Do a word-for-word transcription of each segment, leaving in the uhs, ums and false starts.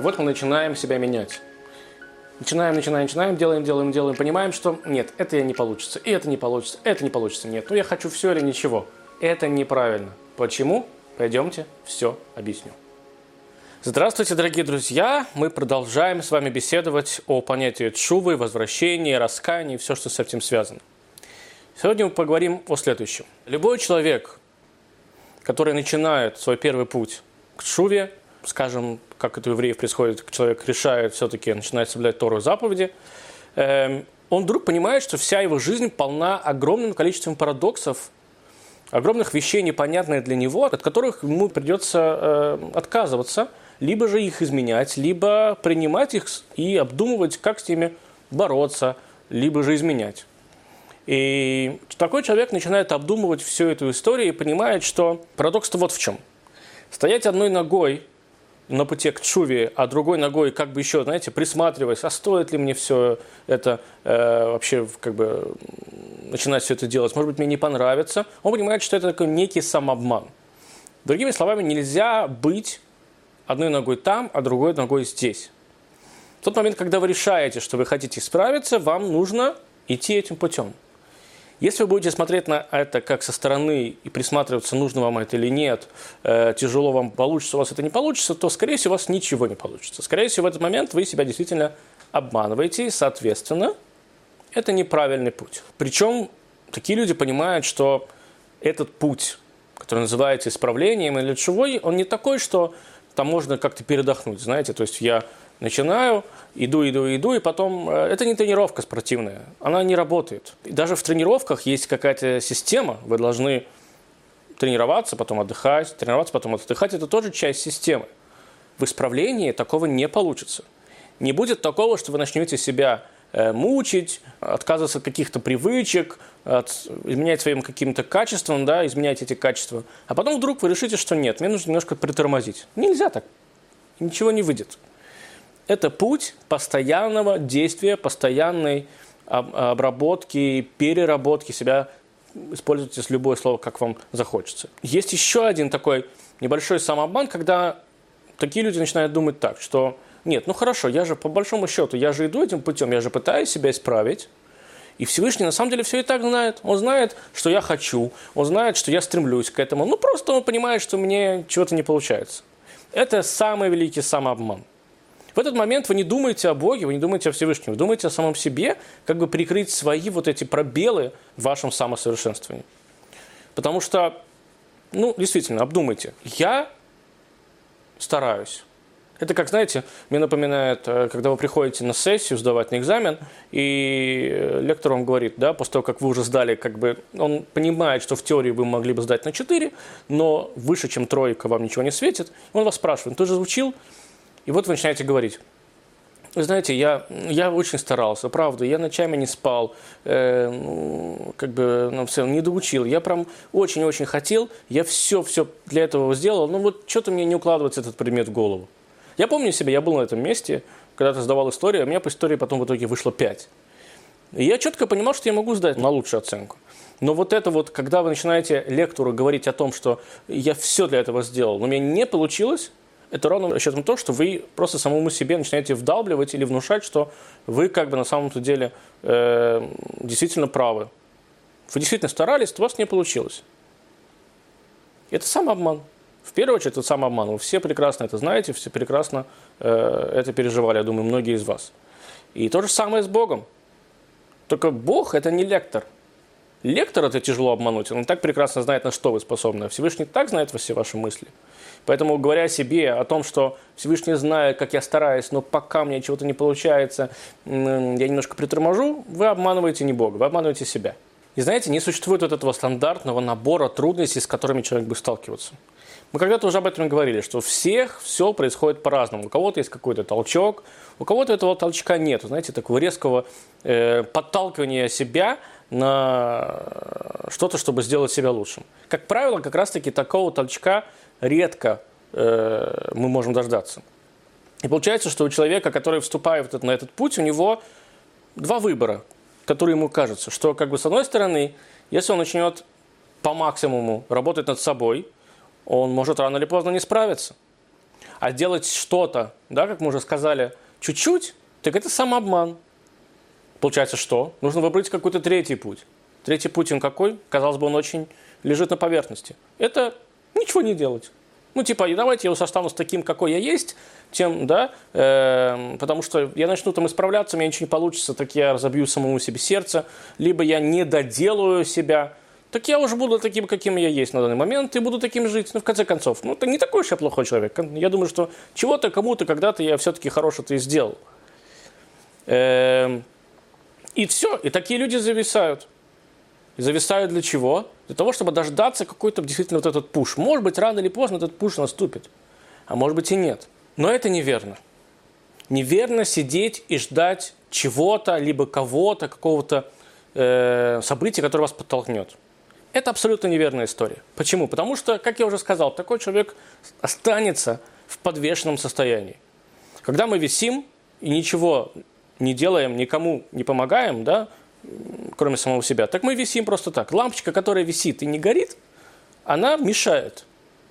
вот мы начинаем себя менять. Начинаем, начинаем, начинаем, делаем, делаем, делаем, понимаем, что нет, это не получится, и это не получится, это не получится, нет, ну я хочу все или ничего. Это неправильно. Почему? Пойдемте, все объясню. Здравствуйте, дорогие друзья! Мы продолжаем с вами беседовать о понятии тшувы, возвращении, раскаянии, все, что с этим связано. Сегодня мы поговорим о следующем. Любой человек, который начинает свой первый путь к тшуве, скажем, как это у евреев происходит, человек решает все-таки начинать соблюдать Тору и заповеди, э, он вдруг понимает, что вся его жизнь полна огромным количеством парадоксов, огромных вещей, непонятных для него, от которых ему придется э, отказываться, либо же их изменять, либо принимать их и обдумывать, как с ними бороться, либо же изменять. И такой человек начинает обдумывать всю эту историю и понимает, что парадокс-то вот в чем. Стоять одной ногой на пути к тшуве, а другой ногой как бы еще, знаете, присматриваясь, а стоит ли мне все это э, вообще как бы начинать все это делать, может быть, мне не понравится. Он понимает, что это такой некий самообман. Другими словами, нельзя быть одной ногой там, а другой ногой здесь. В тот момент, когда вы решаете, что вы хотите исправиться, вам нужно идти этим путем. Если вы будете смотреть на это как со стороны и присматриваться, нужно вам это или нет, э, тяжело вам получится, у вас это не получится, то, скорее всего, у вас ничего не получится. Скорее всего, в этот момент вы себя действительно обманываете, и, соответственно, это неправильный путь. Причем такие люди понимают, что этот путь, который называется исправлением или тшувой, он не такой, что там можно как-то передохнуть, знаете, то есть я начинаю, иду, иду, иду, и потом... Это не тренировка спортивная, она не работает. И даже в тренировках есть какая-то система, вы должны тренироваться, потом отдыхать, тренироваться, потом отдыхать, это тоже часть системы. В исправлении такого не получится. Не будет такого, что вы начнете себя мучить, отказываться от каких-то привычек, от, изменять своим каким-то качеством, да, изменять эти качества, а потом вдруг вы решите, что нет, мне нужно немножко притормозить. Нельзя так, ничего не выйдет. Это путь постоянного действия, постоянной обработки, переработки себя. Используйте любое слово, как вам захочется. Есть еще один такой небольшой самообман, когда такие люди начинают думать так, что нет, ну хорошо, я же по большому счету, я же иду этим путем, я же пытаюсь себя исправить. И Всевышний на самом деле все и так знает. Он знает, что я хочу, он знает, что я стремлюсь к этому. Ну просто он понимает, что мне чего-то не получается. Это самый великий самообман. В этот момент вы не думаете о Боге, вы не думаете о Всевышнем, вы думаете о самом себе, как бы прикрыть свои вот эти пробелы в вашем самосовершенствовании. Потому что, ну, действительно, обдумайте. Я стараюсь. Это как, знаете, мне напоминает, когда вы приходите на сессию сдавать на экзамен, и лектор вам говорит, да, после того, как вы уже сдали, как бы, он понимает, что в теории вы могли бы сдать на четыре, но выше, чем тройка, вам ничего не светит. Он вас спрашивает, ты же учил? И вот вы начинаете говорить, вы знаете, я, я очень старался, правда, я ночами не спал, э, ну, как бы, ну, все, не доучил, я прям очень-очень хотел, я все-все для этого сделал, но вот что-то мне не укладывается этот предмет в голову. Я помню себя, я был на этом месте, когда-то сдавал историю, а у меня по истории потом в итоге вышло пять. И я четко понимал, что я могу сдать на лучшую оценку. Но вот это вот, когда вы начинаете лектору говорить о том, что я все для этого сделал, но у меня не получилось, это ровно счетом то, что вы просто самому себе начинаете вдалбливать или внушать, что вы как бы на самом-то деле э, действительно правы. Вы действительно старались, то у вас не получилось. Это самообман. В первую очередь, это самообман. Вы все прекрасно это знаете, все прекрасно э, это переживали, я думаю, многие из вас. И то же самое с Богом. Только Бог – это не лектор. Лектор – это тяжело обмануть. Он так прекрасно знает, на что вы способны. Всевышний так знает все ваши мысли. Поэтому, говоря себе о том, что Всевышний знает, как я стараюсь, но пока мне чего-то не получается, я немножко приторможу, вы обманываете не Бога, вы обманываете себя. И знаете, не существует вот этого стандартного набора трудностей, с которыми человек будет сталкиваться. Мы когда-то уже об этом говорили, что у всех все происходит по-разному. У кого-то есть какой-то толчок, у кого-то этого толчка нет. Знаете, такого резкого э, подталкивания себя на что-то, чтобы сделать себя лучшим. Как правило, как раз-таки такого толчка редко э, мы можем дождаться. И получается, что у человека, который вступает на этот путь, у него два выбора, которые ему кажутся, что как бы с одной стороны, если он начнет по максимуму работать над собой, он может рано или поздно не справиться. А делать что-то, да, как мы уже сказали, чуть-чуть, так это самообман. Получается, что? Нужно выбрать какой-то третий путь. Третий путь, он какой? Казалось бы, он очень лежит на поверхности. Это ничего не делать. Ну, типа, давайте я останусь таким, какой я есть, тем, да, э, потому что я начну там исправляться, у меня ничего не получится, так я разобью самому себе сердце, либо я не доделаю себя, так я уже буду таким, каким я есть на данный момент, и буду таким жить. Ну, в конце концов, ну, это не такой уж я плохой человек. Я думаю, что чего-то, кому-то, когда-то я все-таки хорошее-то и сделал. Э, и все, и такие люди зависают. И зависают для чего? Для того, чтобы дождаться какой-то действительно вот этот пуш. Может быть, рано или поздно этот пуш наступит. А может быть и нет. Но это неверно. Неверно сидеть и ждать чего-то, либо кого-то, какого-то э, события, которое вас подтолкнет. Это абсолютно неверная история. Почему? Потому что, как я уже сказал, такой человек останется в подвешенном состоянии. Когда мы висим и ничего не делаем, никому не помогаем, да, кроме самого себя, так мы висим просто так. Лампочка, которая висит и не горит, она мешает.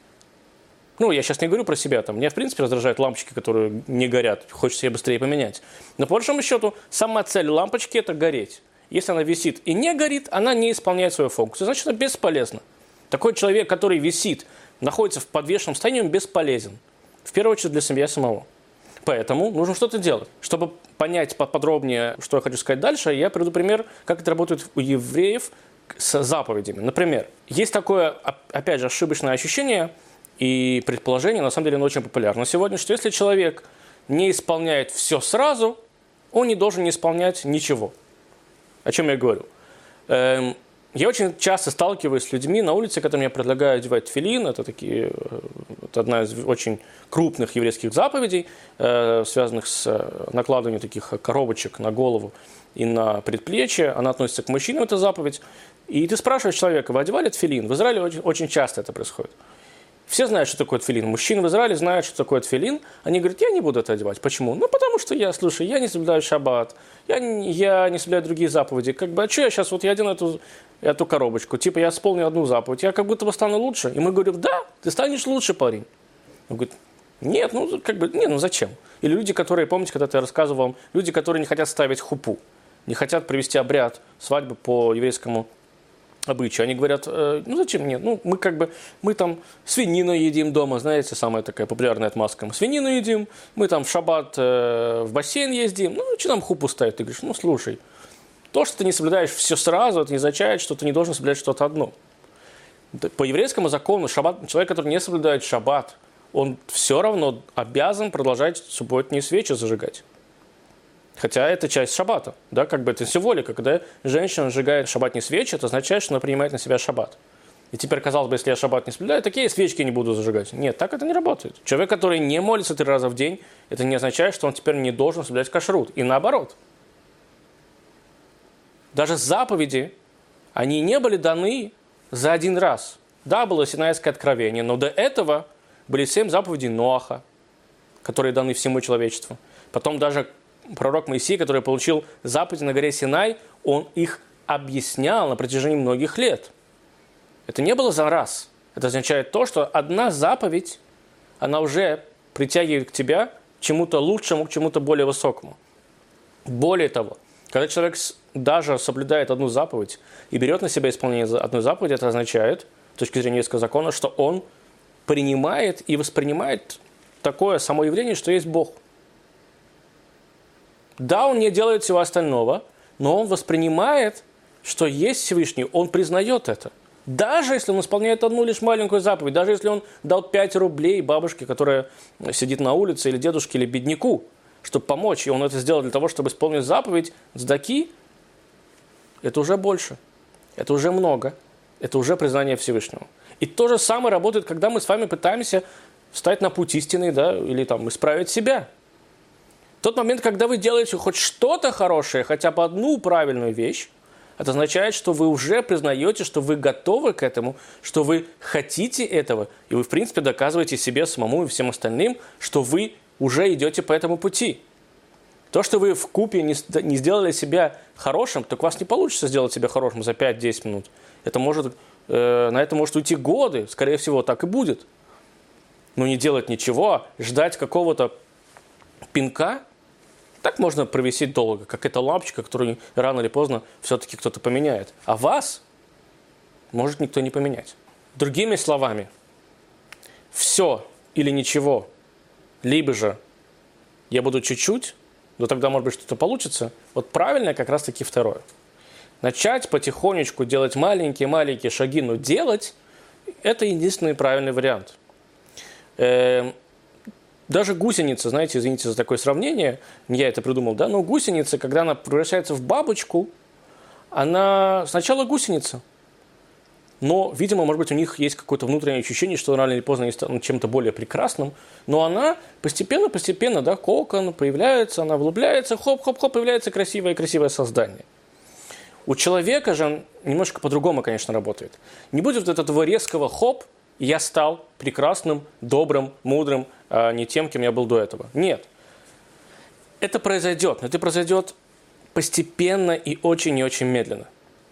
Ну, я сейчас не говорю про себя, там, меня, в принципе, раздражают лампочки, которые не горят, хочется ее быстрее поменять. Но, по большому счету, сама цель лампочки – это гореть. Если она висит и не горит, она не исполняет свою функцию, значит, она бесполезна. Такой человек, который висит, находится в подвешенном состоянии, он бесполезен. В первую очередь для себя самого. Поэтому нужно что-то делать. Чтобы понять поподробнее, что я хочу сказать дальше, я приведу пример, как это работает у евреев с заповедями. Например, есть такое, опять же, ошибочное ощущение и предположение, на самом деле оно очень популярно сегодня, что если человек не исполняет все сразу, он не должен не исполнять ничего. О чем я говорю? Эм, я очень часто сталкиваюсь с людьми на улице, которым я предлагаю одевать тфилин. Это, такие, это одна из очень крупных еврейских заповедей, э, связанных с накладыванием таких коробочек на голову и на предплечье. Она относится к мужчинам, эта заповедь. И ты спрашиваешь человека, вы одевали тфилин? В Израиле очень, очень часто это происходит. Все знают, что такое тфилин. Мужчины в Израиле знают, что такое тфилин. Они говорят, я не буду это одевать. Почему? Ну, потому что я, слушай, я не соблюдаю шаббат, я не, я не соблюдаю другие заповеди. Как бы, а что я сейчас, вот я одену эту, эту коробочку, типа я исполню одну заповедь, я как будто бы стану лучше. И мы говорим, да, ты станешь лучше, парень. Он говорит, нет, ну, как бы, нет, ну зачем? Или люди, которые, помните, когда я рассказывал вам, люди, которые не хотят ставить хупу, не хотят провести обряд свадьбы по еврейскому обычаю. Они говорят, э, ну зачем мне? Ну, мы как бы, мы там свинину едим дома, знаете, самая такая популярная отмазка. Мы свинину едим, мы там в шаббат э, в бассейн ездим, ну, что нам хупу ставить? Ты говоришь, ну, слушай, то, что ты не соблюдаешь все сразу, это не означает, что ты не должен соблюдать что-то одно. По еврейскому закону шаббат, человек, который не соблюдает шаббат, он все равно обязан продолжать субботние свечи зажигать. Хотя это часть шаббата, да, как бы это символика. Когда женщина сжигает шаббатные свечи, это означает, что она принимает на себя шаббат. И теперь, казалось бы, если я шаббат не соблюдаю, такие свечки не буду зажигать. Нет, так это не работает. Человек, который не молится три раза в день, это не означает, что он теперь не должен соблюдать кашрут. И наоборот. Даже заповеди, они не были даны за один раз. Да, было Синайское откровение, но до этого были семь заповедей Ноаха, которые даны всему человечеству. Потом даже пророк Моисей, который получил заповеди на горе Синай, он их объяснял на протяжении многих лет. Это не было за раз. Это означает то, что одна заповедь, она уже притягивает к тебя к чему-то лучшему, к чему-то более высокому. Более того, когда человек даже соблюдает одну заповедь и берет на себя исполнение одной заповеди, это означает, с точки зрения еврейского закона, что он принимает и воспринимает такое само явление, что есть Бог. Да, он не делает всего остального, но он воспринимает, что есть Всевышний, он признает это. Даже если он исполняет одну лишь маленькую заповедь, даже если он дал пять рублей бабушке, которая сидит на улице, или дедушке, или бедняку, чтобы помочь, и он это сделал для того, чтобы исполнить заповедь цдаки, это уже больше, это уже много, это уже признание Всевышнего. И то же самое работает, когда мы с вами пытаемся встать на путь истины, да, или там исправить себя. В тот момент, когда вы делаете хоть что-то хорошее, хотя бы одну правильную вещь, это означает, что вы уже признаете, что вы готовы к этому, что вы хотите этого, и вы, в принципе, доказываете себе самому и всем остальным, что вы уже идете по этому пути. То, что вы вкупе не, не сделали себя хорошим, так у вас не получится сделать себя хорошим за пять-десять минут. Это может, э, на это может уйти годы, скорее всего, так и будет. Но не делать ничего, ждать какого-то пинка, так можно провисеть долго, как эта лампочка, которую рано или поздно все-таки кто-то поменяет. А вас может никто не поменять. Другими словами, все или ничего, либо же я буду чуть-чуть, но тогда, может быть, что-то получится. Вот правильно как раз-таки второе. Начать потихонечку делать маленькие-маленькие шаги, но делать – это единственный правильный вариант. Эм, даже гусеница, знаете, извините за такое сравнение, не я это придумал, да, но гусеница, когда она превращается в бабочку, она сначала гусеница, но, видимо, может быть, у них есть какое-то внутреннее ощущение, что рано или поздно они станут чем-то более прекрасным, но она постепенно-постепенно, да, кокон появляется, она влюбляется, хоп-хоп-хоп, появляется красивое-красивое создание. У человека же немножко по-другому, конечно, работает. Не будет вот этого резкого хоп, и я стал прекрасным, добрым, мудрым, а не тем, кем я был до этого. Нет. Это произойдет, но это произойдет постепенно и очень и очень медленно.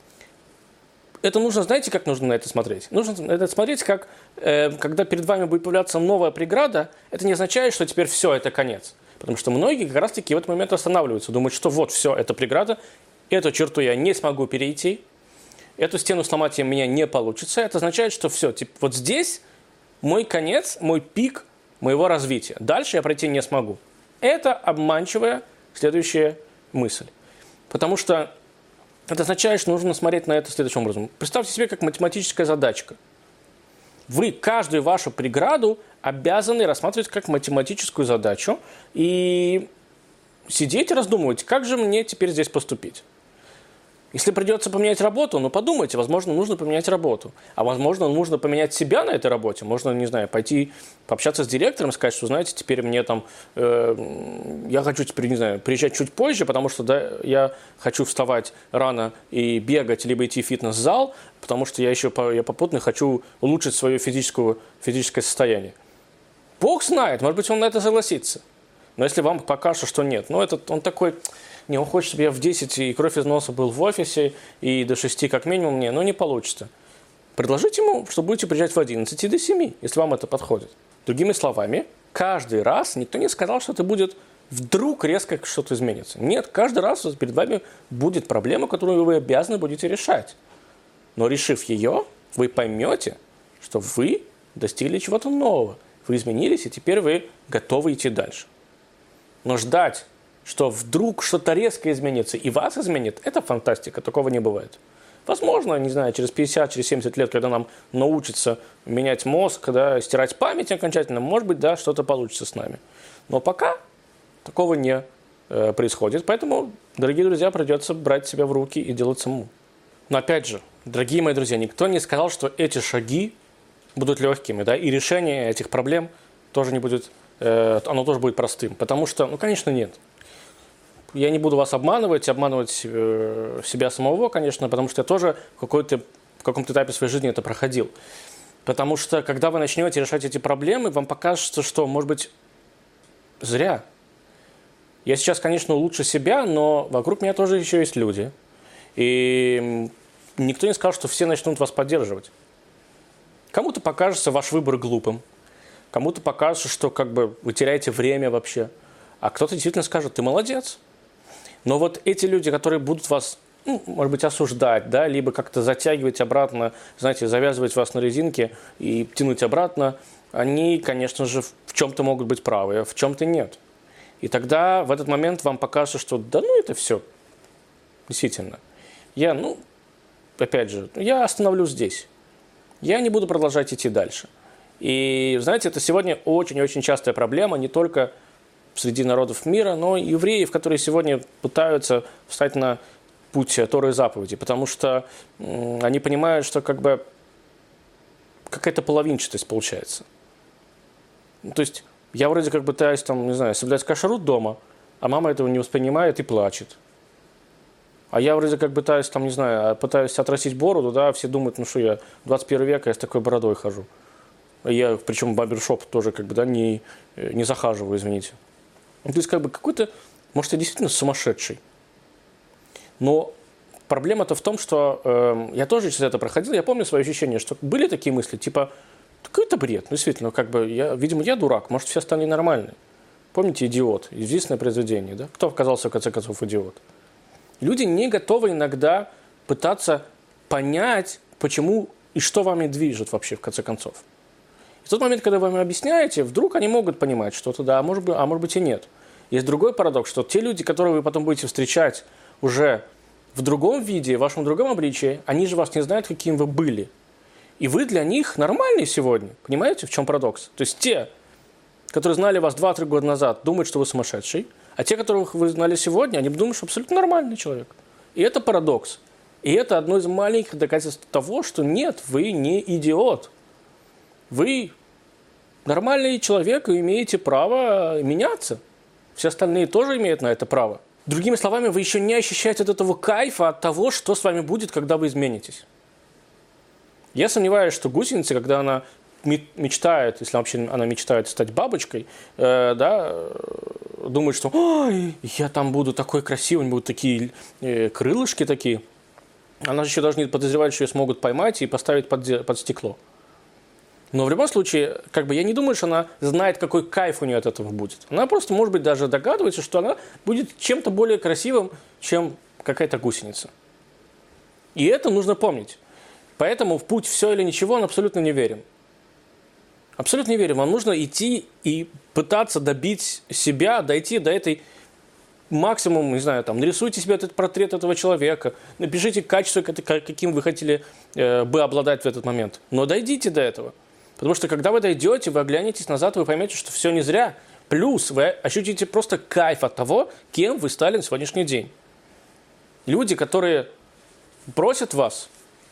Это нужно, знаете, как нужно на это смотреть? Нужно на это смотреть, как, э, когда перед вами будет появляться новая преграда, это не означает, что теперь все, это конец. Потому что многие как раз-таки в этот момент останавливаются, думают, что вот, все, это преграда, эту черту я не смогу перейти, эту стену сломать у меня не получится. Это означает, что все, типа, вот здесь мой конец, мой пик моего развития. Дальше я пройти не смогу. Это обманчивая следующая мысль. Потому что это означает, что нужно смотреть на это следующим образом. Представьте себе, как математическая задачка. Вы каждую вашу преграду обязаны рассматривать как математическую задачу и сидеть и раздумывать, как же мне теперь здесь поступить. Если придется поменять работу, ну подумайте, возможно, нужно поменять работу. А возможно, нужно поменять себя на этой работе. Можно, не знаю, пойти пообщаться с директором, сказать, что, знаете, теперь мне там, э, я хочу теперь, не знаю, приезжать чуть позже, потому что да, я хочу вставать рано и бегать, либо идти в фитнес-зал, потому что я еще я попутно хочу улучшить свое физическое, физическое состояние. Бог знает, может быть, он на это согласится. Но если вам покажется, что нет, ну, этот, он такой... Не, он хочет, чтобы я в десять и кровь из носа был в офисе, и до шести как минимум не, но не получится. Предложите ему, что будете приезжать в одиннадцать и до семи, если вам это подходит. Другими словами, каждый раз никто не сказал, что это будет вдруг резко что-то изменится. Нет, каждый раз перед вами будет проблема, которую вы обязаны будете решать. Но решив ее, вы поймете, что вы достигли чего-то нового. Вы изменились, и теперь вы готовы идти дальше. Но ждать, что вдруг что-то резко изменится и вас изменит, это фантастика, такого не бывает. Возможно, не знаю, через пятьдесят, через семьдесят лет, когда нам научится менять мозг, да, стирать память окончательно, может быть, да, что-то получится с нами. Но пока такого не э, происходит, поэтому, дорогие друзья, придется брать себя в руки и делать самому. Но опять же, дорогие мои друзья, никто не сказал, что эти шаги будут легкими, да, и решение этих проблем тоже не будет, э, оно тоже будет простым, потому что, ну, конечно, нет. Я не буду вас обманывать, обманывать э, себя самого, конечно, потому что я тоже в, какой-то, в каком-то этапе своей жизни это проходил. Потому что, когда вы начнете решать эти проблемы, вам покажется, что, может быть, зря. Я сейчас, конечно, лучше себя, но вокруг меня тоже еще есть люди. И никто не сказал, что все начнут вас поддерживать. Кому-то покажется ваш выбор глупым, кому-то покажется, что как бы вы теряете время вообще, а кто-то действительно скажет, ты молодец. Но вот эти люди, которые будут вас, ну, может быть, осуждать, да, либо как-то затягивать обратно, знаете, завязывать вас на резинке и тянуть обратно, они, конечно же, в чем-то могут быть правы, а в чем-то нет. И тогда в этот момент вам покажется, что да ну это все, действительно. Я, ну, опять же, я остановлюсь здесь. Я не буду продолжать идти дальше. И, знаете, это сегодня очень-очень частая проблема, не только среди народов мира, но и евреев, которые сегодня пытаются встать на путь Торы и заповедей, потому что м, они понимают, что как бы какая-то половинчатость получается. То есть я вроде как пытаюсь, там, не знаю, соблюдать кашрут дома, а мама этого не воспринимает и плачет. А я вроде как пытаюсь, там, не знаю, пытаюсь отрастить бороду, да, все думают, ну что я, двадцать первый век, я с такой бородой хожу. Я, причем в барбершоп тоже как бы, да, не, не захаживаю, извините. То есть, как бы, какой-то, может, я действительно сумасшедший. Но проблема-то в том, что э, я тоже через это проходил, я помню свои ощущения, что были такие мысли, типа, Какой-то бред, ну, действительно, как бы, я, видимо, я дурак, может, все остальные нормальные. Помните «Идиот», известное произведение, да? Кто оказался, в конце концов, идиот? Люди не готовы иногда пытаться понять, почему и что вами движет вообще, в конце концов. И в тот момент, когда вы им объясняете, вдруг они могут понимать что-то, да, а может быть, а может быть и нет. Есть другой парадокс, что те люди, которые вы потом будете встречать уже в другом виде, в вашем другом обличии, они же вас не знают, каким вы были. И вы для них нормальные сегодня. Понимаете, в чем парадокс? То есть те, которые знали вас два-три года назад, думают, что вы сумасшедший, а те, которых вы знали сегодня, они думают, что абсолютно нормальный человек. И это парадокс. И это одно из маленьких доказательств того, что нет, вы не идиот. Вы нормальный человек и имеете право меняться. Все остальные тоже имеют на это право. Другими словами, вы еще не ощущаете от этого кайфа, от того, что с вами будет, когда вы изменитесь. Я сомневаюсь, что гусеница, когда она мечтает, если вообще она мечтает стать бабочкой, э, да, думает, что «Ой, я там буду такой красивый, будут такие э, крылышки такие». Она же еще даже не подозревает, что ее смогут поймать и поставить под, под стекло. Но в любом случае, как бы я не думаю, что она знает, какой кайф у нее от этого будет. Она просто, может быть, даже догадывается, что она будет чем-то более красивым, чем какая-то гусеница. И это нужно помнить. Поэтому в путь «все или ничего» он абсолютно не верен. Абсолютно не верен. Вам нужно идти и пытаться добить себя, дойти до этой максимум, не знаю, там, нарисуйте себе этот портрет этого человека, напишите качество, каким вы хотели э, бы обладать в этот момент. Но дойдите до этого. Потому что когда вы дойдете, вы оглянетесь назад, вы поймете, что все не зря. Плюс вы ощутите просто кайф от того, кем вы стали на сегодняшний день. Люди, которые просят вас,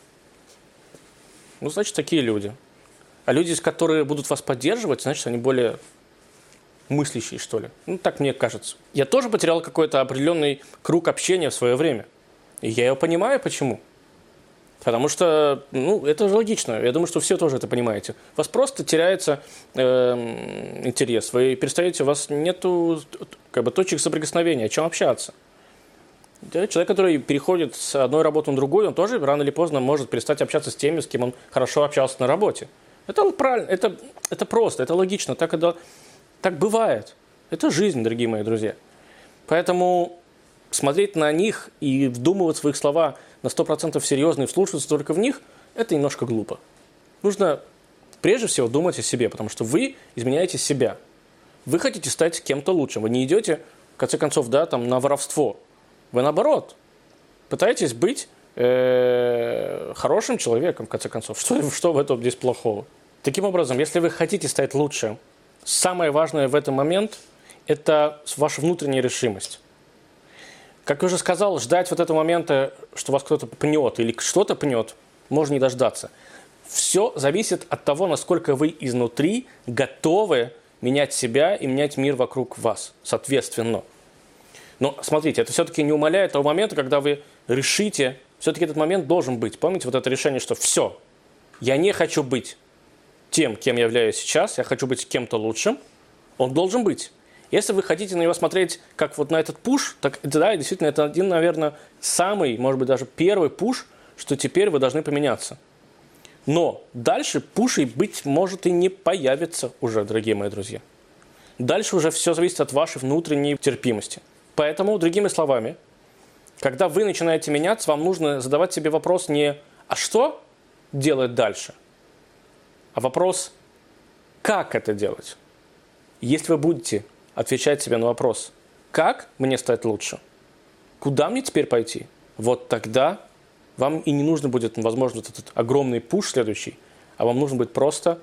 ну, значит, такие люди. А люди, которые будут вас поддерживать, значит, они более мыслящие, что ли. Ну, так мне кажется. Я тоже потерял какой-то определенный круг общения в свое время. И я его понимаю, почему. Потому что, ну, это же логично. Я думаю, что все тоже это понимаете. У вас просто теряется э, интерес. Вы перестаете, у вас нету как бы точек соприкосновения, о чем общаться. Человек, который переходит с одной работы на другую, он тоже рано или поздно может перестать общаться с теми, с кем он хорошо общался на работе. Это правильно, это, это просто, это логично, так, это, так бывает. Это жизнь, дорогие мои друзья. Поэтому смотреть на них и вдумываться в их слова на сто процентов серьезно и вслушиваться только в них, это немножко глупо. Нужно прежде всего думать о себе, потому что вы изменяете себя. Вы хотите стать кем-то лучшим. Вы не идете, в конце концов, да, там, на воровство. Вы, наоборот, пытаетесь быть э, хорошим человеком, в конце концов. Что, что в этом здесь плохого? Таким образом, если вы хотите стать лучше, самое важное в этот момент – это ваша внутренняя решимость. Как я уже сказал, ждать вот этого момента, что вас кто-то пнет или что-то пнет, можно не дождаться. Все зависит от того, насколько вы изнутри готовы менять себя и менять мир вокруг вас, соответственно. Но смотрите, это все-таки не умаляет того момента, когда вы решите, все-таки этот момент должен быть. Помните вот это решение, что все, я не хочу быть тем, кем я являюсь сейчас, я хочу быть кем-то лучшим, он должен быть. Если вы хотите на него смотреть как вот на этот пуш, так да, действительно, это один, наверное, самый, может быть, даже первый пуш, что теперь вы должны поменяться. Но дальше пушей, быть может, и не появится уже, дорогие мои друзья. Дальше уже все зависит от вашей внутренней терпимости. Поэтому, другими словами, когда вы начинаете меняться, вам нужно задавать себе вопрос не «а что делать дальше?», а вопрос «как это делать?». Если вы будете отвечать себе на вопрос «как мне стать лучше?», «куда мне теперь пойти?», вот тогда вам и не нужно будет, возможно, этот огромный пуш следующий, а вам нужно будет просто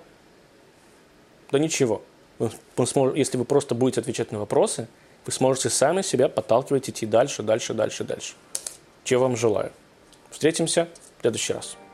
да ничего. Если вы просто будете отвечать на вопросы, вы сможете сами себя подталкивать, идти дальше, дальше, дальше, дальше. Чего вам желаю. Встретимся в следующий раз.